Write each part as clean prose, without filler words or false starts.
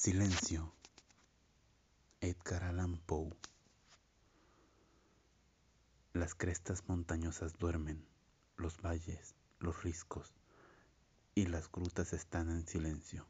Silencio. Edgar Allan Poe. Las crestas montañosas duermen, los valles, los riscos y las grutas están en silencio.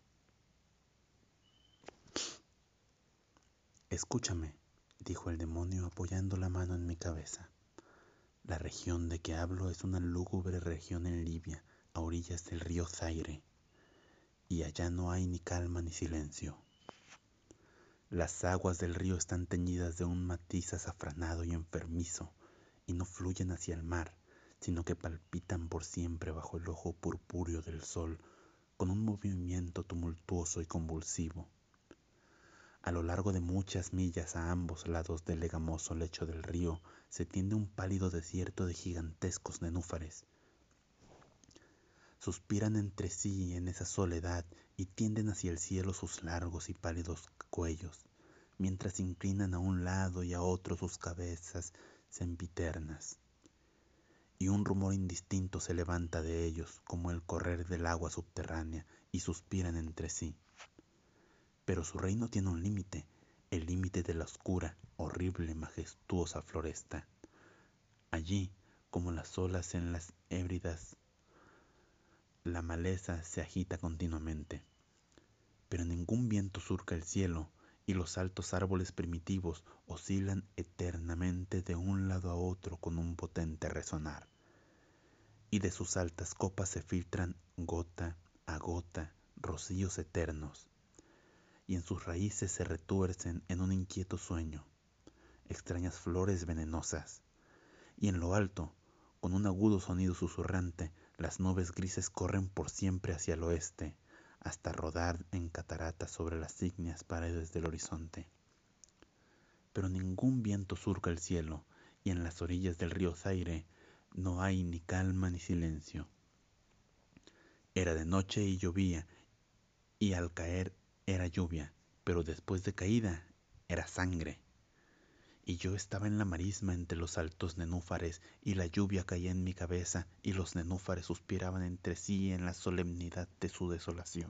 Escúchame, dijo el demonio apoyando la mano en mi cabeza. La región de que hablo es una lúgubre región en Libia, a orillas del río Zaire, y allá no hay ni calma ni silencio. Las aguas del río están teñidas de un matiz azafranado y enfermizo, y no fluyen hacia el mar, sino que palpitan por siempre bajo el ojo purpúreo del sol, con un movimiento tumultuoso y convulsivo. A lo largo de muchas millas a ambos lados del legamoso lecho del río se tiende un pálido desierto de gigantescos nenúfares. Suspiran entre sí en esa soledad y tienden hacia el cielo sus largos y pálidos cuellos, mientras inclinan a un lado y a otro sus cabezas sempiternas. Y un rumor indistinto se levanta de ellos como el correr del agua subterránea, y suspiran entre sí. Pero su reino tiene un límite, el límite de la oscura, horrible, majestuosa floresta. Allí, como las olas en las Hébridas, la maleza se agita continuamente, pero ningún viento surca el cielo, y los altos árboles primitivos oscilan eternamente de un lado a otro con un potente resonar, y de sus altas copas se filtran gota a gota rocíos eternos, y en sus raíces se retuercen en un inquieto sueño extrañas flores venenosas, y en lo alto, con un agudo sonido susurrante, las nubes grises corren por siempre hacia el oeste, hasta rodar en cataratas sobre las ígneas paredes del horizonte. Pero ningún viento surca el cielo, y en las orillas del río Zaire no hay ni calma ni silencio. Era de noche y llovía, y al caer era lluvia, pero después de caída era sangre. Y yo estaba en la marisma entre los altos nenúfares, y la lluvia caía en mi cabeza, y los nenúfares suspiraban entre sí en la solemnidad de su desolación.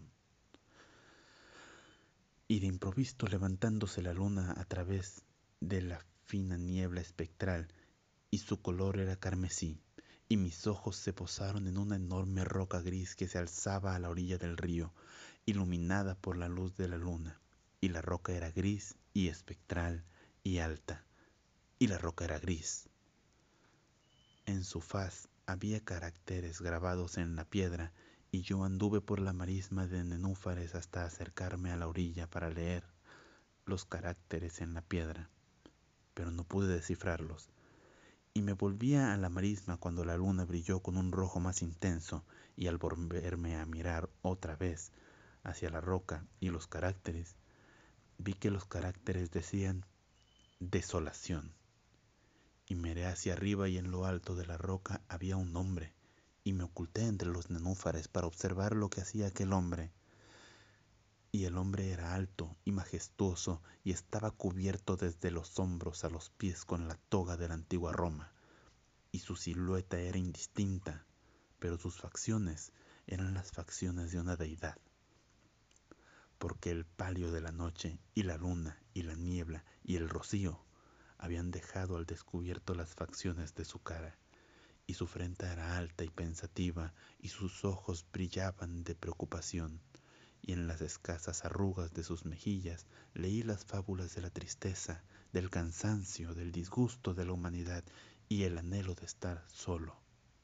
Y de improviso levantándose la luna a través de la fina niebla espectral, y su color era carmesí, y mis ojos se posaron en una enorme roca gris que se alzaba a la orilla del río, iluminada por la luz de la luna, y la roca era gris y espectral y alta. Y la roca era gris. En su faz había caracteres grabados en la piedra, y yo anduve por la marisma de nenúfares hasta acercarme a la orilla para leer los caracteres en la piedra, pero no pude descifrarlos, y me volvía a la marisma cuando la luna brilló con un rojo más intenso, y al volverme a mirar otra vez hacia la roca y los caracteres, vi que los caracteres decían desolación. Y miré hacia arriba, y en lo alto de la roca había un hombre, y me oculté entre los nenúfares para observar lo que hacía aquel hombre. Y el hombre era alto y majestuoso, y estaba cubierto desde los hombros a los pies con la toga de la antigua Roma, y su silueta era indistinta, pero sus facciones eran las facciones de una deidad, porque el palio de la noche y la luna y la niebla y el rocío habían dejado al descubierto las facciones de su cara, y su frente era alta y pensativa, y sus ojos brillaban de preocupación, y en las escasas arrugas de sus mejillas leí las fábulas de la tristeza, del cansancio, del disgusto de la humanidad y el anhelo de estar solo.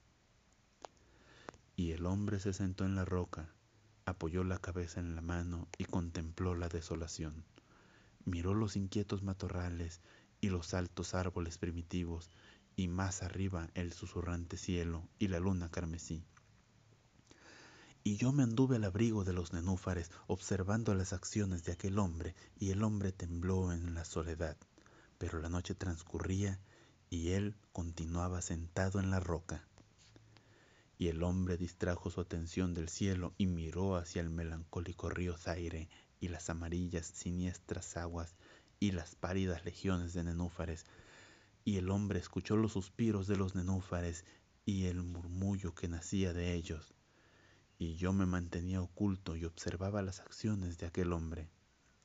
Y el hombre se sentó en la roca, apoyó la cabeza en la mano y contempló la desolación. Miró los inquietos matorrales y los altos árboles primitivos, y más arriba el susurrante cielo y la luna carmesí. Y yo me anduve al abrigo de los nenúfares, observando las acciones de aquel hombre, y el hombre tembló en la soledad. Pero la noche transcurría, y él continuaba sentado en la roca. Y el hombre distrajo su atención del cielo y miró hacia el melancólico río Zaire, y las amarillas siniestras aguas y las pálidas legiones de nenúfares, y el hombre escuchó los suspiros de los nenúfares y el murmullo que nacía de ellos, y yo me mantenía oculto y observaba las acciones de aquel hombre.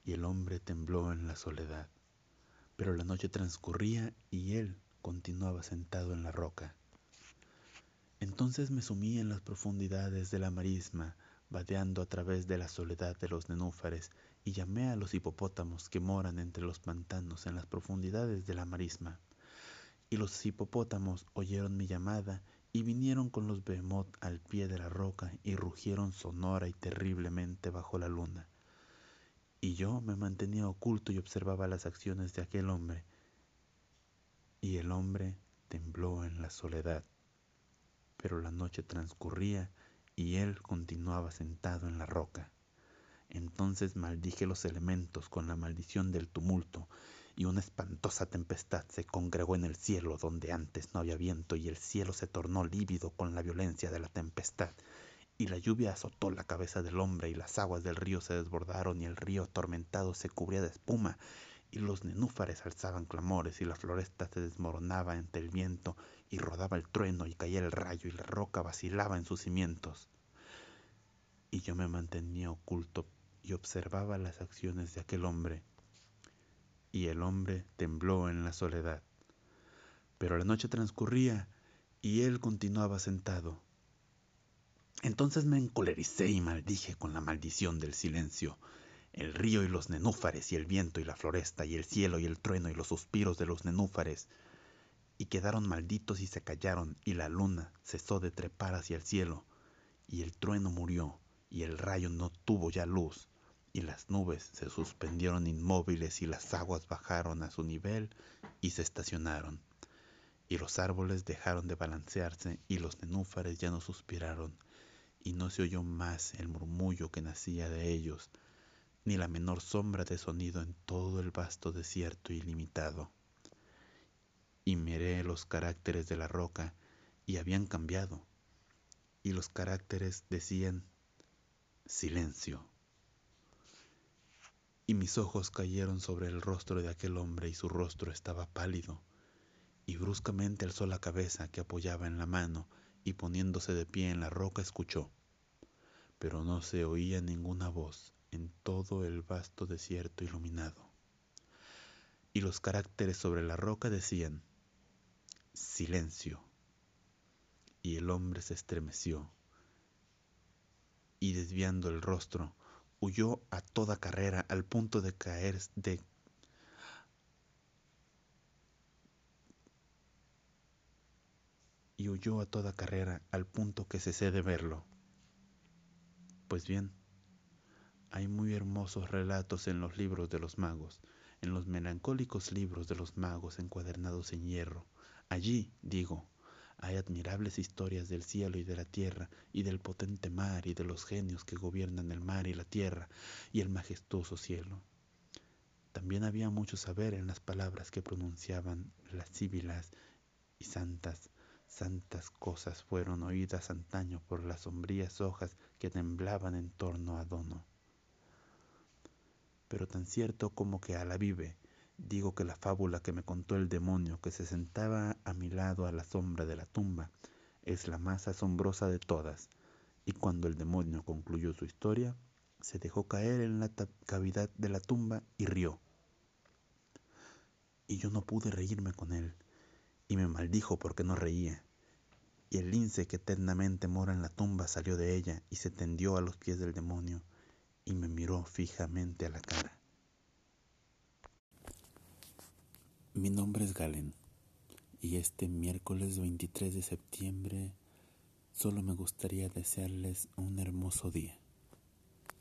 y el hombre tembló en la soledad. Pero la noche transcurría y él continuaba sentado en la roca. Entonces me sumí en las profundidades de la marisma, vadeando a través de la soledad de los nenúfares, y llamé a los hipopótamos que moran entre los pantanos en las profundidades de la marisma. Y los hipopótamos oyeron mi llamada y vinieron con los behemoth al pie de la roca y rugieron sonora y terriblemente bajo la luna. Y yo me mantenía oculto y observaba las acciones de aquel hombre. Y el hombre tembló en la soledad. Pero la noche transcurría y él continuaba sentado en la roca. Entonces maldije los elementos con la maldición del tumulto, y una espantosa tempestad se congregó en el cielo donde antes no había viento, y el cielo se tornó lívido con la violencia de la tempestad, y la lluvia azotó la cabeza del hombre, y las aguas del río se desbordaron, y el río atormentado se cubría de espuma, y los nenúfares alzaban clamores, y la floresta se desmoronaba ante el viento, y rodaba el trueno, y caía el rayo, y la roca vacilaba en sus cimientos. Y yo me mantenía oculto y observaba las acciones de aquel hombre. Y el hombre tembló en la soledad. Pero la noche transcurría y él continuaba sentado. Entonces me encolericé y maldije con la maldición del silencio. El río y los nenúfares, y el viento y la floresta, y el cielo y el trueno y los suspiros de los nenúfares. Y quedaron malditos y se callaron, y la luna cesó de trepar hacia el cielo, y el trueno murió, y el rayo no tuvo ya luz, y las nubes se suspendieron inmóviles, y las aguas bajaron a su nivel y se estacionaron, y los árboles dejaron de balancearse, y los nenúfares ya no suspiraron, y no se oyó más el murmullo que nacía de ellos, ni la menor sombra de sonido en todo el vasto desierto ilimitado. Y miré los caracteres de la roca, y habían cambiado, y los caracteres decían silencio. Y mis ojos cayeron sobre el rostro de aquel hombre, y su rostro estaba pálido, y bruscamente alzó la cabeza que apoyaba en la mano, y poniéndose de pie en la roca escuchó, pero no se oía ninguna voz en todo el vasto desierto iluminado. Y los caracteres sobre la roca decían silencio. Y el hombre se estremeció, y desviando el rostro, huyó a toda carrera al punto de caer y huyó a toda carrera al punto que cesé de verlo. Pues bien, hay muy hermosos relatos en los libros de los magos, en los melancólicos libros de los magos encuadernados en hierro. Allí, digo, hay admirables historias del cielo y de la tierra, y del potente mar, y de los genios que gobiernan el mar y la tierra, y el majestuoso cielo. También había mucho saber en las palabras que pronunciaban las síbilas, y santas cosas fueron oídas antaño por las sombrías hojas que temblaban en torno a Dono. Pero tan cierto como que a la vive, digo que la fábula que me contó el demonio que se sentaba a mi lado a la sombra de la tumba es la más asombrosa de todas, y cuando el demonio concluyó su historia, se dejó caer en la cavidad de la tumba y rió. Y yo no pude reírme con él, y me maldijo porque no reía. Y el lince que eternamente mora en la tumba salió de ella y se tendió a los pies del demonio y me miró fijamente a la cara. Mi nombre es Galen, y este miércoles 23 de septiembre solo me gustaría desearles un hermoso día.